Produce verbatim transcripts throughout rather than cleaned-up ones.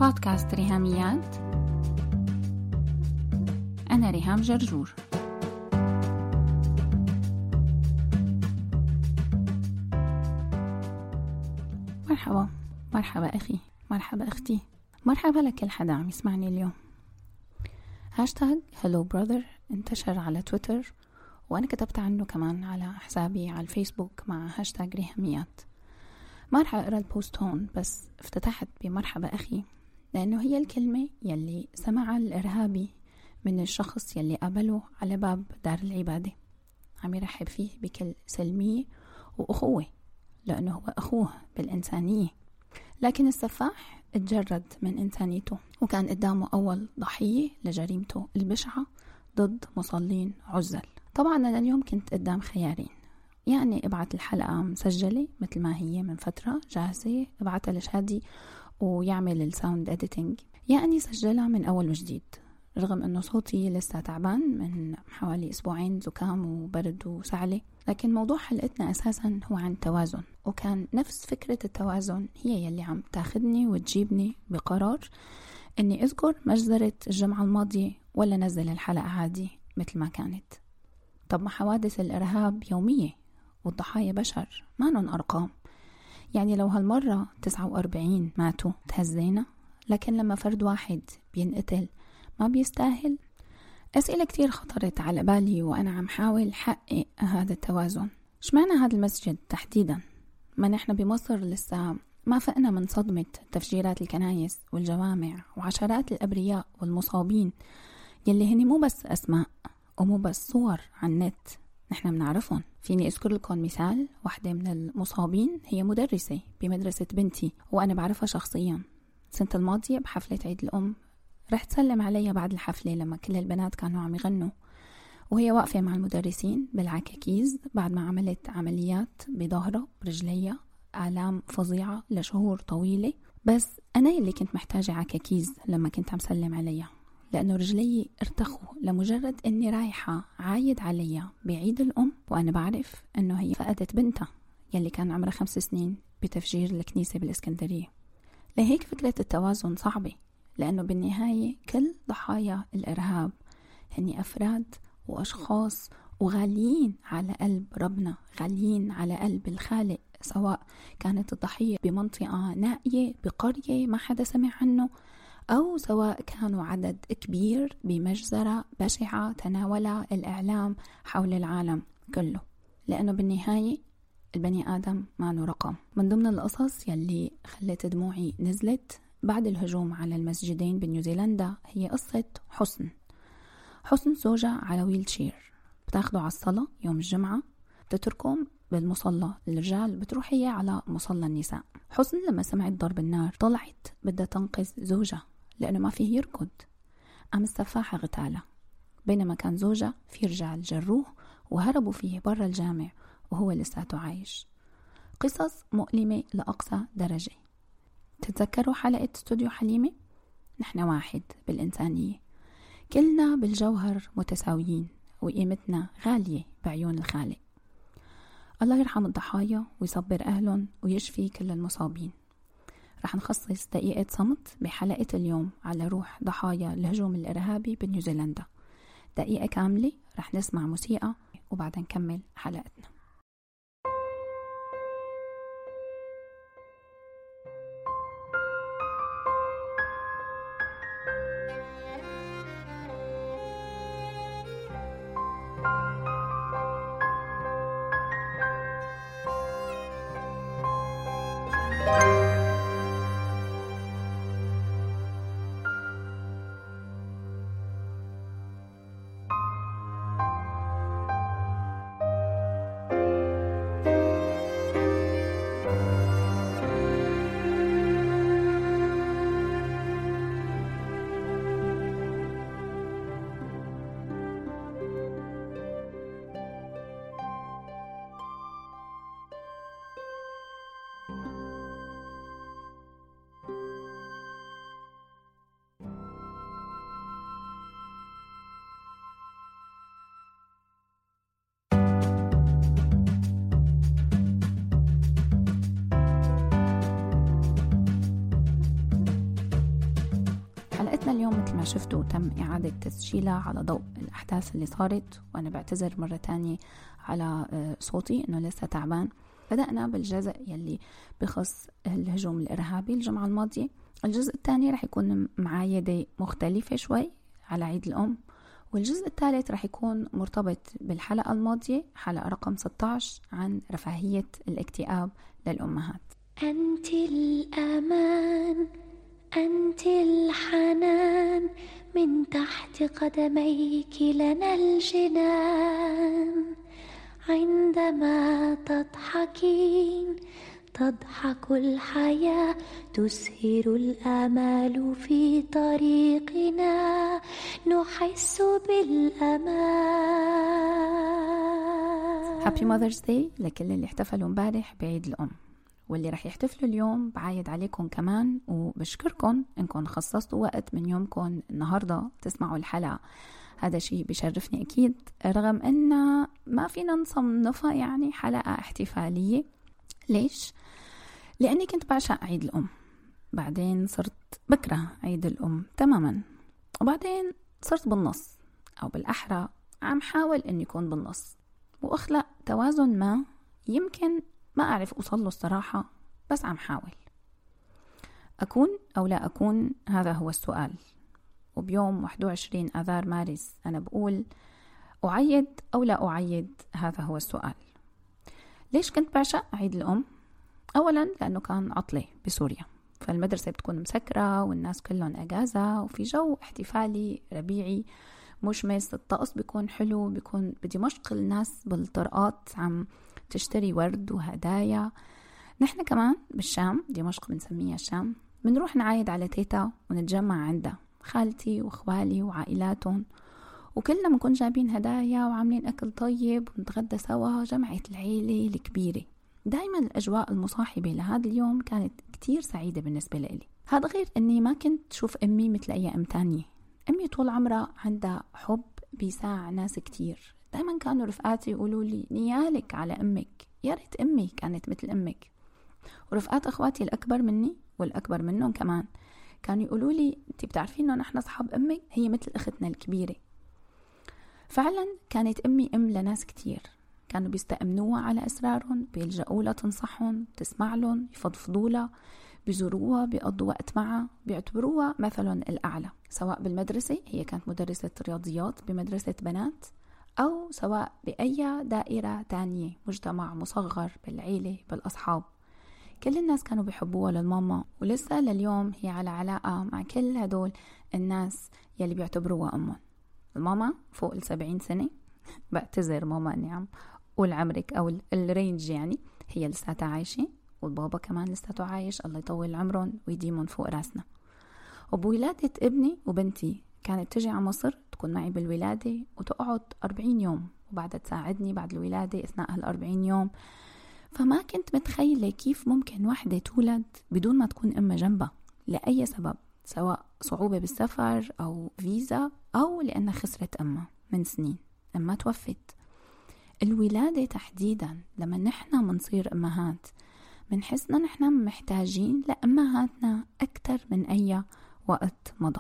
بودكاست ريهاميات. أنا ريهام جرجور. مرحبا مرحبا أخي، مرحبا أختي، مرحبا لكل حدا عم يسمعني اليوم. هاشتاج هلو براذر انتشر على تويتر، وأنا كتبت عنه كمان على حسابي على الفيسبوك مع هاشتاج ريهاميات. ما رح أقرأ البوست هون، بس افتتحت بمرحبا أخي لأنه هي الكلمة يلي سمع الإرهابي من الشخص يلي قابله على باب دار العبادة، عم يرحب فيه بكل سلمية وأخوة لأنه هو أخوه بالإنسانية. لكن السفاح اتجرد من إنسانيته، وكان قدامه أول ضحية لجريمته البشعة ضد مصلين عزل. طبعا أنا اليوم كنت قدام خيارين، يعني ابعت الحلقة مسجلة مثل ما هي من فترة جاهزة، ابعتها لشادي ويعمل الساوند اديتنج، يعني سجلها من أول وجديد، رغم أنه صوتي لسه تعبان من حوالي أسبوعين زكام وبرد وسعلة. لكن موضوع حلقتنا أساسا هو عن توازن، وكان نفس فكرة التوازن هي يلي عم تاخدني وتجيبني بقرار أني أذكر مجزرة الجمعة الماضية ولا نزل الحلقة عادي مثل ما كانت. طب ما حوادث الإرهاب يومية والضحايا بشر، ما نن أرقام. يعني لو هالمرة تسعة وأربعين ماتوا تهزينا، لكن لما فرد واحد بينقتل ما بيستاهل؟ أسئلة كتير خطرت على بالي وأنا عم حاول حقق هذا التوازن. شمعنا هذا المسجد تحديدا؟ ما نحن بمصر لسه ما فقنا من صدمة تفجيرات الكنايس والجوامع وعشرات الأبرياء والمصابين يلي هني مو بس أسماء ومو بس صور عن النت نحن بنعرفهم. فيني أذكر لكم مثال، واحدة من المصابين هي مدرسة بمدرسة بنتي وأنا بعرفها شخصيا. سنة الماضية بحفلة عيد الأم رحت سلم عليها بعد الحفلة لما كل البنات كانوا عم يغنوا، وهي واقفة مع المدرسين بالعكاكيز بعد ما عملت عمليات بظهرها برجليها، آلام فظيعة لشهور طويلة. بس أنا اللي كنت محتاجة عكاكيز لما كنت عم سلم عليها، لأنه رجلي ارتخوا لمجرد أني رايحة عايد عليها بعيد الأم، وأنا بعرف أنه هي فقدت بنتها يلي كان عمرها خمس سنين بتفجير الكنيسة بالإسكندرية. لهيك فكرة التوازن صعبة، لأنه بالنهاية كل ضحايا الإرهاب هني أفراد وأشخاص وغاليين على قلب ربنا، غاليين على قلب الخالق، سواء كانت الضحية بمنطقة نائية بقرية ما حدا سمع عنه، أو سواء كانوا عدد كبير بمجزرة بشعة تناولها الإعلام حول العالم كله. لأنه بالنهاية البني آدم ما له رقم. من ضمن القصص يلي خلت دموعي نزلت بعد الهجوم على المسجدين بنيوزيلندا هي قصة حسن. حسن زوجة على ويلشير، بتاخده على الصلاة يوم الجمعة، بتتركهم بالمصلى الرجال، بتروح هي على مصلى النساء. حسن لما سمعت ضرب النار طلعت بدها تنقذ زوجها لأنه ما فيه يركض، قام السفاح اغتاله، بينما كان زوجها في رجال جروه وهربوا فيه برا الجامع وهو لساته عايش. قصص مؤلمة لأقصى درجة. تتذكروا حلقة استوديو حليمة؟ نحن واحد بالإنسانية، كلنا بالجوهر متساويين وقيمتنا غالية بعيون الخالق. الله يرحم الضحايا ويصبر أهلهم ويشفي كل المصابين. رح نخصص دقيقة صمت بحلقة اليوم على روح ضحايا الهجوم الإرهابي بنيوزيلندا. دقيقة كاملة رح نسمع موسيقى وبعدين نكمل حلقتنا. حلقتنا اليوم مثل ما شفتوا تم إعادة تسجيلها على ضوء الأحداث اللي صارت، وأنا بعتذر مرة تانية على صوتي إنه لسه تعبان. بدأنا بالجزء يلي بخص الهجوم الإرهابي الجمعة الماضية. الجزء الثاني رح يكون معايدة مختلفة شوي على عيد الأم، والجزء الثالث رح يكون مرتبط بالحلقة الماضية، حلقة رقم ستة عشر عن رفاهية الاكتئاب للأمهات. أنت الأمان، أنت الحنان، من تحت قدميك لنا الجنان، عندما تضحكين تضحك الحياة، تسهر الآمال في طريقنا، نحس بالأمان. Happy Mother's Day لكل اللي احتفلوا امبارح بعيد الأم، واللي رح يحتفلوا اليوم بعايد عليكم كمان، وبشكركم انكم خصصتوا وقت من يومكم النهاردة تسمعوا الحلقة. هذا شيء بيشرفني أكيد، رغم أن ما فينا نصنفها يعني حلقة احتفالية. ليش؟ لأني كنت بعشق عيد الأم، بعدين صرت بكره عيد الأم تماما، وبعدين صرت بالنص، أو بالأحرى عم حاول أن يكون بالنص وأخلق توازن ما يمكن ما أعرف أوصل له الصراحة، بس عم حاول أكون أو لا أكون. هذا هو السؤال. وبيوم واحد وعشرين آذار مارس أنا بقول أعيد أو لا أعيد، هذا هو السؤال. ليش كنت بعشق عيد الأم؟ أولا لأنه كان عطلة بسوريا، فالمدرسة بتكون مسكرة والناس كلهم أجازة، وفي جو احتفالي ربيعي مشمس، الطقس بيكون حلو، بيكون بدمشق الناس بالطرقات عم تشتري ورد وهدايا. نحن كمان بالشام، دمشق بنسميها الشام، بنروح نعايد على تيتا ونتجمع عندها، خالتي واخوالي وعائلاتهم، وكلنا بنكون جايبين هدايا وعاملين أكل طيب ونتغدى سوا، جمعة العيلة الكبيرة. دايما الأجواء المصاحبة لهذا اليوم كانت كتير سعيدة بالنسبة لي. هذا غير أني ما كنت شوف أمي مثل أي أم تانية. أمي طول عمرها عندها حب بيساع ناس كتير، دايما كانوا رفقاتي يقولوا لي نيالك على أمك، يا ريت أمي كانت مثل أمك. ورفقات أخواتي الأكبر مني والأكبر منهم كمان كانوا يقولوا لي أنت بتعرفين أنه نحن أصحاب أمك، هي مثل أختنا الكبيرة. فعلا كانت أمي أم لناس كتير، كانوا بيستأمنوها على أسرارهم، بيلجأوا لها تنصحهم، تسمع لهم، يفضفضوا لها، بيزوروها، بيقضوا وقت معها، بيعتبروها مثلا الأعلى، سواء بالمدرسة، هي كانت مدرسة رياضيات بمدرسة بنات، أو سواء بأي دائرة تانية، مجتمع مصغر، بالعيلة، بالأصحاب. كل الناس كانوا بيحبوها للماما، ولسه لليوم هي على علاقة مع كل هدول الناس يلي بيعتبروها أمهم. الماما فوق السبعين سنة، بعتذر ماما أني عم قول عمرك أو الرينج، يعني هي لساتها عايشة، والبابا كمان لساته عايش، الله يطول عمرهم ويديمهم فوق راسنا. وبولادة ابني وبنتي كانت تجي على مصر تكون معي بالولادة وتقعد أربعين يوم، وبعدها تساعدني بعد الولادة أثناء هالأربعين يوم. فما كنت متخيلة كيف ممكن واحدة تولد بدون ما تكون أمها جنبها لأي سبب، سواء صعوبة بالسفر أو فيزا، أو لأنها خسرت أمها من سنين، أما توفت. الولادة تحديدا لما نحن منصير أمهات منحسنا نحن محتاجين لأمهاتنا أكتر من أي وقت مضى.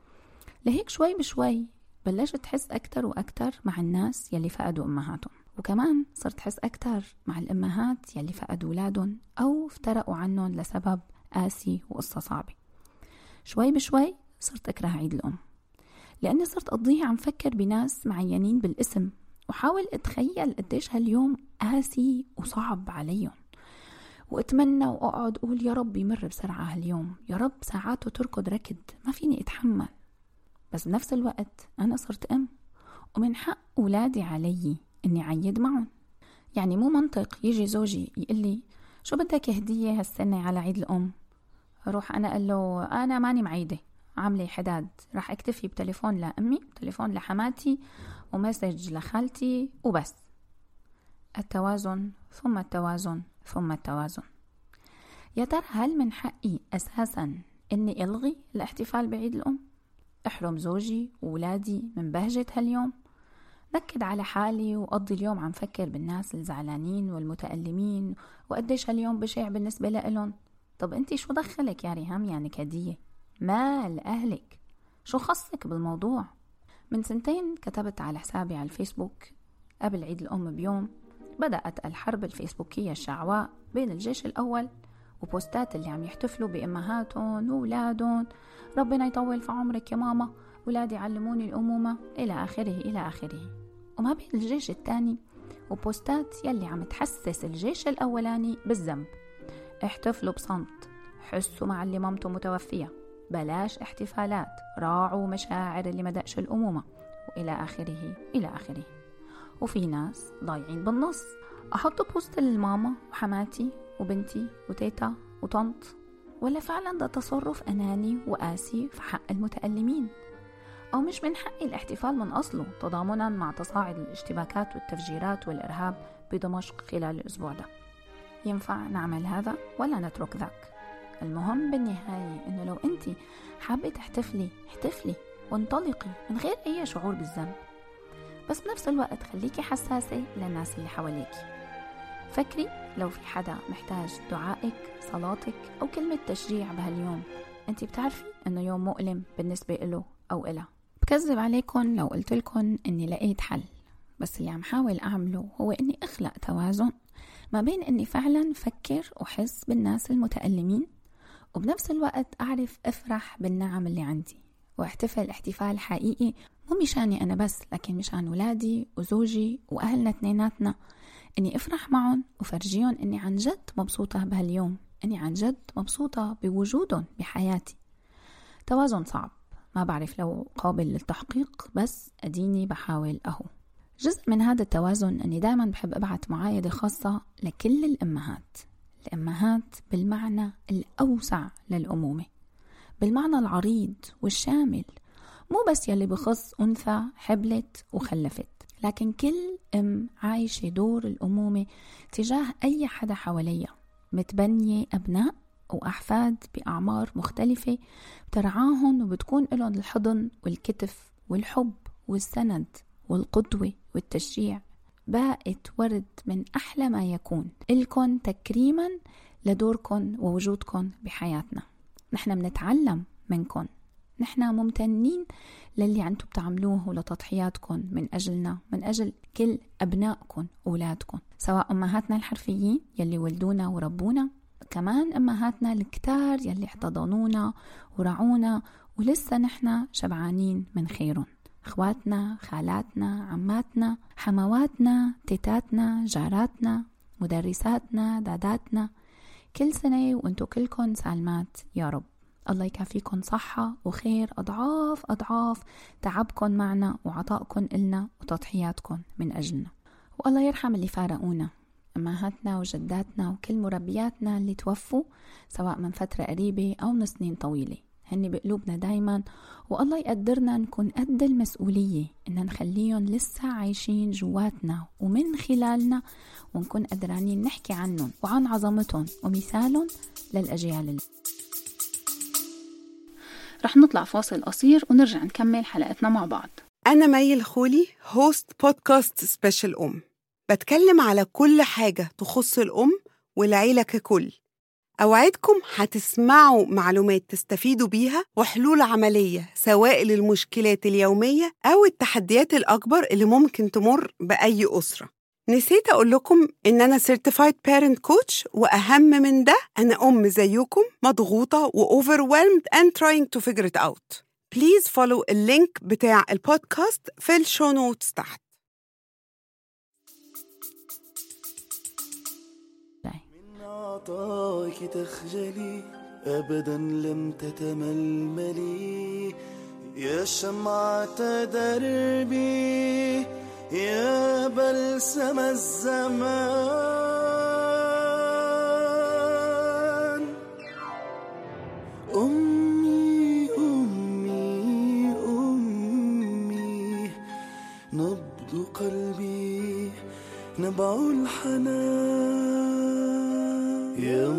لهيك شوي بشوي بلشت تحس أكتر وأكتر مع الناس يلي فقدوا أمهاتهم، وكمان صرت حس أكتر مع الأمهات يلي فقدوا أولادهم أو افترقوا عنهم لسبب قاسي وقصة صعبة. شوي بشوي صرت أكره عيد الأم، لأني صرت أضيع عم فكر بناس معينين بالاسم، وحاول أتخيل قديش هاليوم قاسي وصعب عليهم، وأتمنى وأقعد أقول يا رب يمر بسرعة هاليوم، يا رب ساعاته تركض ركض، ما فيني أتحمل. بس بنفس الوقت أنا صرت أم، ومن حق أولادي علي إني عيد معهم. يعني مو منطق يجي زوجي يقول لي شو بدك هدية هالسنة على عيد الأم، روح أنا أقول له أنا ماني معيدة، عاملة حداد، راح أكتفي بتليفون لأمي، تليفون لحماتي، ومسج لخالتي، وبس. التوازن ثم التوازن ثم التوازن. يا ترى هل من حقي أساسا إني ألغي الاحتفال بعيد الأم، أحرم زوجي وولادي من بهجة هاليوم، نكد على حالي وأقضي اليوم عم فكر بالناس الزعلانين والمتألمين وقديش هاليوم بشع بالنسبة لهم؟ طب أنتي شو دخلك يا ريهام يا نكدية؟ مال أهلك، شو خصك بالموضوع؟ من سنتين كتبت على حسابي على الفيسبوك قبل عيد الأم بيوم بدأت الحرب الفيسبوكية الشعواء بين الجيش الأول وبوستات اللي عم يحتفلوا بأمهاتهم وولادهم، ربنا يطول في عمرك يا ماما، ولادي علموني الأمومة، إلى آخره إلى آخره. وما بين الجيش الثاني وبوستات يلي عم تحسس الجيش الأولاني بالذنب، احتفلوا بصمت، حسوا مع اللي مامته متوفية، بلاش احتفالات، راعوا مشاعر اللي ما دقش الأمومة، وإلى آخره إلى آخره. وفي ناس ضايعين بالنص، أحط بوست للماما وحماتي وبنتي وتيتا وطنط، ولا فعلا ده تصرف أناني وقاسي في حق المتألمين؟ أو مش من حقي الاحتفال من أصله تضامنا مع تصاعد الاشتباكات والتفجيرات والإرهاب بدمشق خلال الأسبوع ده؟ ينفع نعمل هذا ولا نترك ذاك؟ المهم بالنهاية إنه لو أنتي حابة تحتفلي احتفلي وانطلقي من غير أي شعور بالذنب، بس بنفس الوقت خليكي حساسة للناس اللي حواليكي. فكري لو في حدا محتاج دعائك، صلاتك أو كلمة تشجيع بهاليوم، أنتي بتعرفي إنه يوم مؤلم بالنسبة له أو إلها. بكذب عليكم لو قلت لكم إني لقيت حل، بس اللي عم حاول أعمله هو إني أخلق توازن ما بين إني فعلا فكر وحس بالناس المتألمين، وبنفس الوقت أعرف أفرح بالنعم اللي عندي واحتفل احتفال حقيقي، مو مشاني أنا بس، لكن مشان ولادي وزوجي وأهلنا اثنيناتنا، إني أفرح معهم وفرجيهم إني عن جد مبسوطة بهاليوم، إني عن جد مبسوطة بوجودهم بحياتي. توازن صعب، ما بعرف لو قابل للتحقيق، بس أديني بحاول أهو. جزء من هذا التوازن أني دائما بحب أبعت معايدة خاصة لكل الأمهات، الأمهات بالمعنى الأوسع للأمومة، بالمعنى العريض والشامل، مو بس يلي بخص أنثى حبلت وخلفت، لكن كل أم عايشة دور الأمومة تجاه أي حدا حواليها، متبنية أبناء وأحفاد بأعمار مختلفة، بترعاهم وبتكون لهم الحضن والكتف والحب والسند والقدوة والتشجيع. باقت ورد من أحلى ما يكون إلكن تكريما لدوركن ووجودكن بحياتنا. نحن بنتعلم منكن، نحن ممتنين للي عنتم بتعملوه ولتضحياتكن من أجلنا، من أجل كل أبنائكن وأولادكن، سواء أمهاتنا الحرفيين يلي ولدونا وربونا، كمان أمهاتنا الكتار يلي احتضنونا ورعونا ولسه نحن شبعانين من خيرهم، أخواتنا، خالاتنا، عماتنا، حمواتنا، تيتاتنا، جاراتنا، مدرساتنا، داداتنا، كل سنة وانتو كلكن سالمات يا رب. الله يكافيكن صحة وخير أضعاف أضعاف تعبكن معنا وعطائكن إلنا وتضحياتكن من أجلنا. والله يرحم اللي فارقونا، أمهاتنا وجداتنا وكل مربياتنا اللي توفوا سواء من فترة قريبة أو من سنين طويلة، هن بقلوبنا دايما، والله يقدرنا نكون قد المسؤولية إن نخليهم لسه عايشين جواتنا ومن خلالنا، ونكون قدرانين نحكي عنهم وعن عظمتهم ومثالهم للأجيال اللي. رح نطلع فاصل قصير ونرجع نكمل حلقتنا مع بعض. أنا مي الخولي، هوست بودكاست سبيشال أم، بتكلم على كل حاجة تخص الأم والعيلة ككل. أوعدكم هتسمعوا معلومات تستفيدوا بيها وحلول عملية، سواء للمشكلات اليومية أو التحديات الأكبر اللي ممكن تمر بأي أسرة. نسيت أقول لكم إن أنا Certified Parent Coach، وأهم من ده أنا أم زيكم مضغوطة و overwhelmed and trying to figure it out. Please follow اللينك بتاع البودكاست في الشو نوتس تحت. من عطاك تخجلي أبدا لم تتململي، يا شمعة دربي يا بلسم الزمان. أمي أمي أمي نبض قلبي نبع الحنان. يا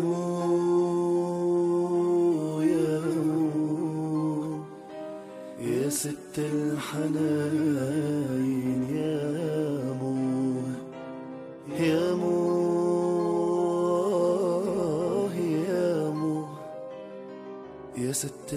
مو يا مو يا ست الحناين، يا مو يا مو يا مو يا ست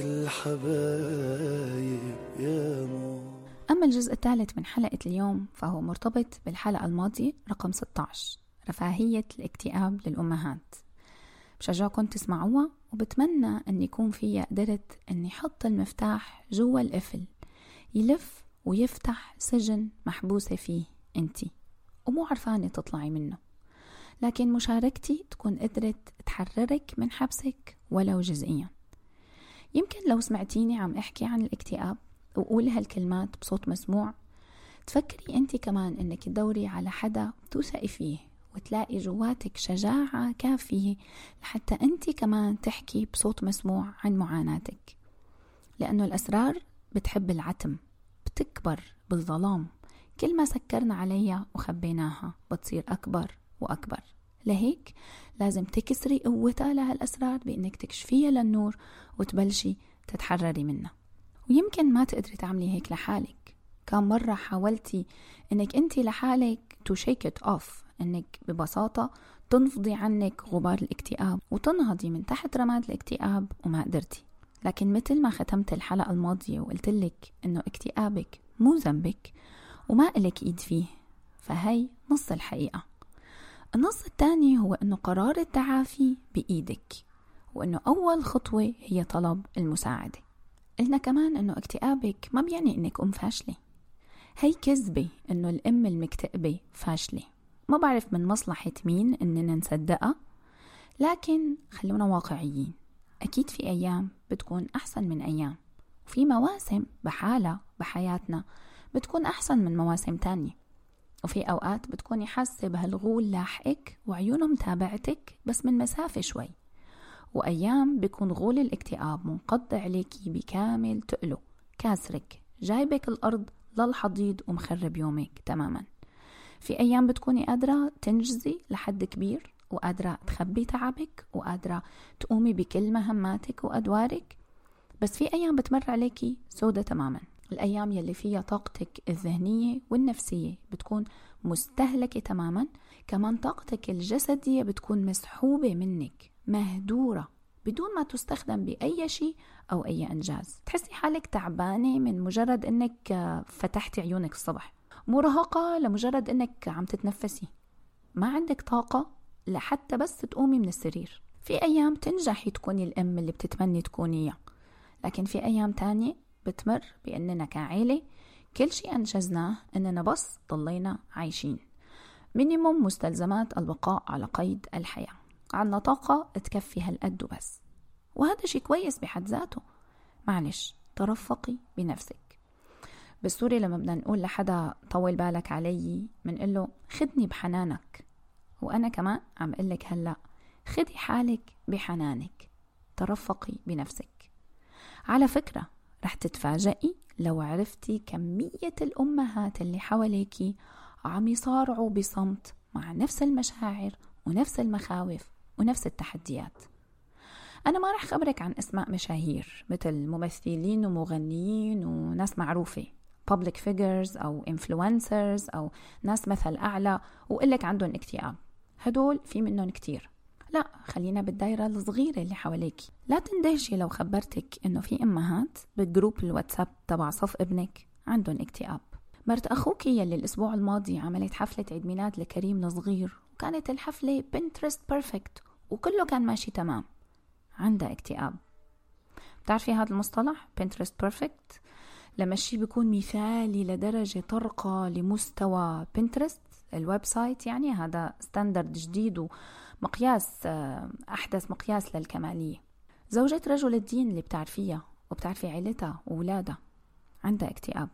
الحبايب يا مو. أما الجزء الثالث من حلقة اليوم فهو مرتبط بالحلقة الماضية رقم ستة عشر، رفاهية الاكتئاب للأمهات. بشجعكم تسمعوها، وبتمنى أن يكون فيها قدرت أني حط المفتاح جوا القفل يلف ويفتح سجن محبوسة فيه أنتي ومو عرفانة تطلعي منه، لكن مشاركتي تكون قدرت تحررك من حبسك ولو جزئيا. يمكن لو سمعتيني عم احكي عن الاكتئاب وقول هالكلمات بصوت مسموع، تفكري انت كمان انك تدوري على حدا توثقي فيه وتلاقي جواتك شجاعة كافية لحتى انت كمان تحكي بصوت مسموع عن معاناتك. لأنه الأسرار بتحب العتم، بتكبر بالظلام، كل ما سكرنا عليها وخبيناها بتصير أكبر وأكبر. لهيك لازم تكسري قوتها لهالأسرار بأنك تكشفيها للنور وتبلشي تتحرري منها. ويمكن ما تقدري تعملي هيك لحالك. كم مرة حاولتي انك انتي لحالك to shake it off، انك ببساطة تنفضي عنك غبار الاكتئاب وتنهضي من تحت رماد الاكتئاب وما قدرتي. لكن مثل ما ختمت الحلقة الماضية وقلتلك انه اكتئابك مو ذنبك وما إلك ايد فيه، فهي نص الحقيقة. النص الثاني هو انه قرار التعافي بإيدك، وانه اول خطوة هي طلب المساعدة. قلنا كمان انه اكتئابك ما بيعني انك ام فاشلة. هي كذبة انه الام المكتئبة فاشلة. ما بعرف من مصلحة مين اننا نصدقها، لكن خلونا واقعيين. اكيد في ايام بتكون احسن من ايام، وفي مواسم بحالة بحياتنا بتكون احسن من مواسم تانية، وفي اوقات بتكوني حاسة بهالغول لاحقك وعيونه متابعتك بس من مسافة شوي، وأيام بيكون غول الاكتئاب منقض عليكي بكامل تقله، كاسرك، جايبك الأرض للحضيض ومخرب يومك تماما. في أيام بتكوني قادرة تنجزي لحد كبير، وقادرة تخبي تعبك، وقادرة تقومي بكل مهماتك وأدوارك. بس في أيام بتمر عليكي سودة تماما، الأيام يلي فيها طاقتك الذهنية والنفسية بتكون مستهلكة تماما. كمان طاقتك الجسدية بتكون مسحوبة منك، مهدورة بدون ما تستخدم بأي شيء أو أي إنجاز. تحسي حالك تعبانة من مجرد أنك فتحتي عيونك الصبح، مرهقة لمجرد أنك عم تتنفسي، ما عندك طاقة لحتى بس تقومي من السرير. في أيام تنجحي تكوني الأم اللي بتتمني تكونيها، لكن في أيام تانية بتمر بأننا كعائلة كل شيء أنجزناه أننا بس ضلينا عايشين، مينيموم مستلزمات البقاء على قيد الحياة، عنا طاقة تكفي هالقد وبس. وهذا شيء كويس بحد ذاته. معلش ترفقي بنفسك. بالسوري لما بدنا نقول لحدا طول بالك علي منقول له خدني بحنانك، وأنا كمان عم قلك هلأ خدي حالك بحنانك، ترفقي بنفسك. على فكرة رح تتفاجئي لو عرفتي كمية الأمهات اللي حواليكي عم يصارعوا بصمت مع نفس المشاعر ونفس المخاوف ونفس التحديات. أنا ما رح خبرك عن أسماء مشاهير مثل ممثلين ومغنيين وناس معروفة public figures أو influencers أو ناس مثل أعلى وقلك عندهم اكتئاب. هدول في منهم كتير. لا، خلينا بالدايرة الصغيرة اللي حواليكي. لا تندهشي لو خبرتك إنه في أمهات بالجروب الواتساب تبع صف ابنك عندهم اكتئاب. مرت أخوك يلي الأسبوع الماضي عملت حفلة عيد ميلاد لكريم الصغير، وكانت الحفلة بنترست بيرفكت وكله كان ماشي تمام، عندها اكتئاب. بتعرفي هذا المصطلح بنترست بيرفكت؟ لما الشي بيكون مثالي لدرجة ترقى لمستوى بنترست الويب سايت، يعني هذا ستاندرد جديد ومقياس أحدث مقياس للكمالية. زوجة رجل الدين اللي بتعرفيها وبتعرفي عيلتها وولادها عندها اكتئاب.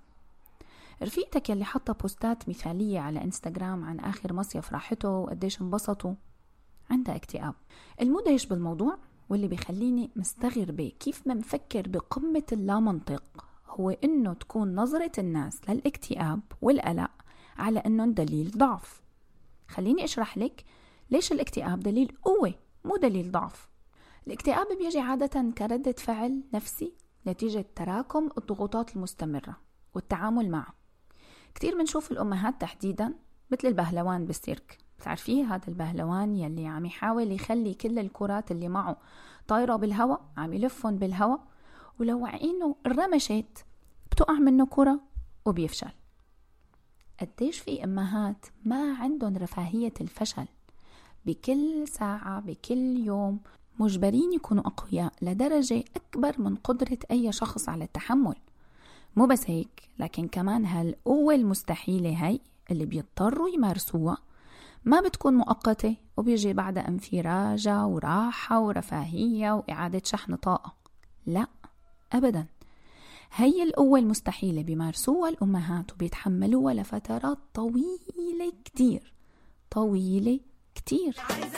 رفيقتك اللي حطها بوستات مثالية على انستغرام عن آخر مصيف راحته وقديش انبسطوا عندها اكتئاب. المدهش بالموضوع واللي بيخليني مستغربة كيف ما نفكر بقمة اللامنطق هو إنه تكون نظرة الناس للاكتئاب والقلق على إنه دليل ضعف. خليني أشرح لك ليش الاكتئاب دليل قوة مو دليل ضعف. الاكتئاب بيجي عادة كردة فعل نفسي نتيجة تراكم الضغوطات المستمرة والتعامل معه. كتير منشوف الأمهات تحديدا مثل البهلوان بالسيرك، بتعرفيه هذا البهلوان يلي عم يحاول يخلي كل الكرات اللي معه طايرة بالهواء، عم يلفهم بالهواء، ولو عينه رمشت بتقع منه كرة وبيفشل. قديش في أمهات ما عندهم رفاهية الفشل، بكل ساعة بكل يوم مجبرين يكونوا أقوياء لدرجة أكبر من قدرة أي شخص على التحمل. مو بس هيك، لكن كمان هالقوة المستحيلة هاي اللي بيضطروا يمارسوها ما بتكون مؤقتة وبيجي بعدها انفراجة وراحة ورفاهية وإعادة شحن طاقة. لا أبدا، هي القوة المستحيلة بيمارسوها الأمهات وبيتحملوها لفترات طويلة كتير طويلة كتير.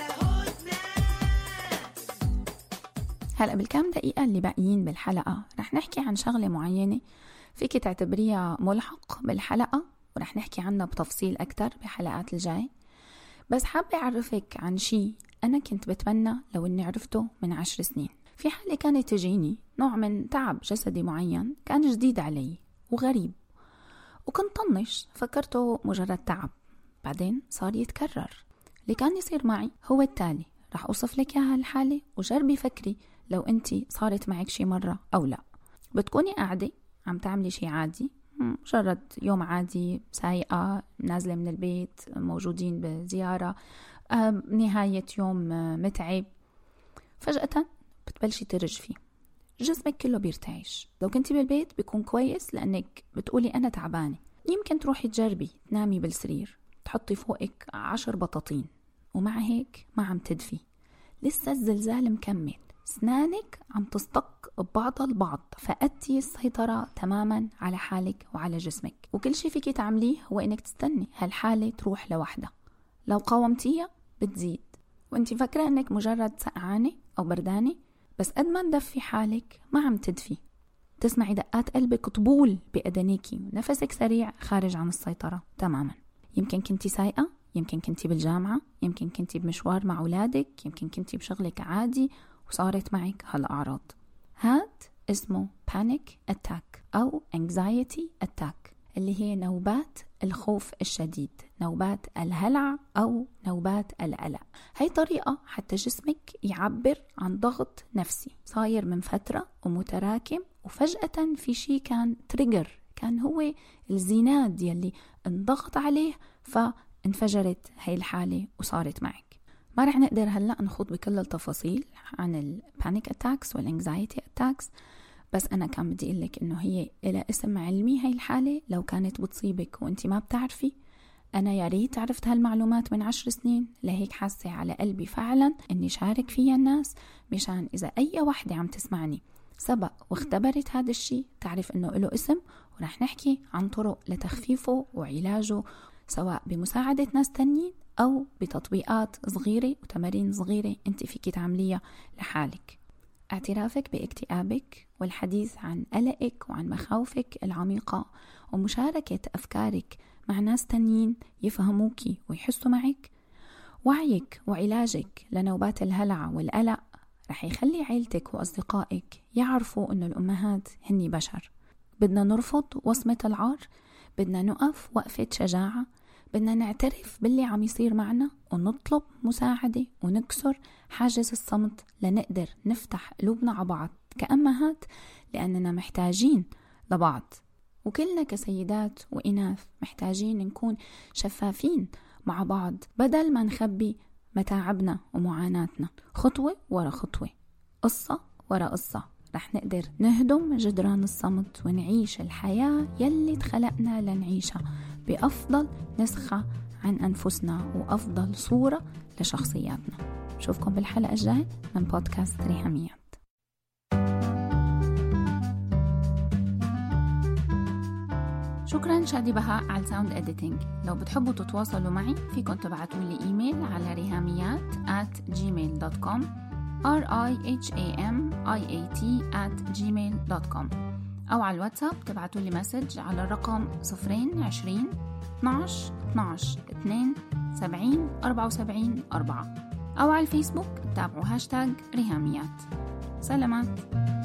هلأ بالكام دقيقة اللي باقيين بالحلقة رح نحكي عن شغلة معينة فيك تعتبريها ملحق بالحلقة، ورح نحكي عنها بتفصيل أكتر بحلقات الجاي. بس حابة أعرفك عن شي أنا كنت بتمنى لو أني عرفته من عشر سنين. في حالة كانت تجيني نوع من تعب جسدي معين كان جديد علي وغريب، وكنت طنش فكرته مجرد تعب، بعدين صار يتكرر. اللي كان يصير معي هو التالي، رح أوصف لك إياها الحالة وجربي فكري لو أنتي صارت معك شي مرة أو لا. بتكوني قاعدة عم تعملي شي عادي، مجرد يوم عادي، سايقة، نازلة من البيت، موجودين بزيارة، نهاية يوم متعب، فجأة بتبلشي ترجفي، جسمك كله بيرتعش. لو كنتي بالبيت بيكون كويس لأنك بتقولي أنا تعبانة. يمكن تروحي تجربي تنامي بالسرير، تحطي فوقك عشر بطاطين، ومع هيك ما عم تدفي، لسه الزلزال مكمل، سنانك عم تصطك ببعضها البعض، فقدتي السيطرة تماما على حالك وعلى جسمك. وكل شي فيكي تعمليه هو انك تستني هالحالة تروح لوحدها. لو قاومتيها بتزيد، وانتي فاكرة انك مجرد سقعانة او بردانة، بس قد ما ندفي حالك ما عم تدفي. تسمعي دقات قلبك طبول بأدنيكي، ونفسك سريع خارج عن السيطرة تماما. يمكن كنتي سايقة، يمكن كنتي بالجامعة، يمكن كنتي بمشوار مع أولادك، يمكن كنتي بشغلك عادي وصارت معك هالأعراض. هاد اسمه panic attack أو anxiety attack، اللي هي نوبات الخوف الشديد، نوبات الهلع أو نوبات القلق. هاي طريقة حتى جسمك يعبر عن ضغط نفسي صاير من فترة ومتراكم، وفجأة في شي كان تريجر، كان هو الزناد يلي انضغط عليه فانفجرت هاي الحالة وصارت معك. ما رح نقدر هلأ نخوض بكل التفاصيل عن البانيك اتاكس والانكزايتي اتاكس، بس أنا كان بدي أقولك إنه هي إلى اسم علمي. هاي الحالة لو كانت بتصيبك وإنتي ما بتعرفي، أنا يا ريت عرفت هالمعلومات من عشر سنين، لهيك حاسة على قلبي فعلا إني شارك فيها الناس، مشان إذا أي واحدة عم تسمعني سبق واختبرت هذا الشي تعرف إنه له اسم، ورح نحكي عن طرق لتخفيفه وعلاجه، سواء بمساعدة ناس تانيين أو بتطبيقات صغيرة وتمارين صغيرة أنت فيك تعمليها لحالك. اعترافك باكتئابك والحديث عن قلقك وعن مخاوفك العميقة ومشاركة أفكارك مع ناس تانيين يفهموكي ويحسوا معك، وعيك وعلاجك لنوبات الهلع والقلق رح يخلي عيلتك وأصدقائك يعرفوا أن الأمهات هني بشر. بدنا نرفض وصمة العار، بدنا نقف وقفة شجاعة، بدنا نعترف باللي عم يصير معنا ونطلب مساعدة ونكسر حاجز الصمت لنقدر نفتح قلوبنا على بعض كأمهات، لأننا محتاجين لبعض. وكلنا كسيدات وإناث محتاجين نكون شفافين مع بعض بدل ما نخبي متاعبنا ومعاناتنا. خطوة ورا خطوة، قصة ورا قصة، رح نقدر نهدم جدران الصمت ونعيش الحياة يلي تخلقنا لنعيشها بأفضل نسخة عن أنفسنا وأفضل صورة لشخصياتنا. شوفكم بالحلقة الجاي من بودكاست ريهاميات. شكرا شادي بهاء على الساوند اديتنج. لو بتحبوا تتواصلوا معي فيكم تبعتوا لي ايميل على ريهاميات at gmail dot com r i h a m i a t at gmail dot com، أو على الواتساب تبعتوا لي مسج على الرقم صفرين عشرين اثناش اثناش اثنين سبعين أربعة وسبعين أربعة، أو على الفيسبوك تابعوا هاشتاج ريهاميات. سلامات.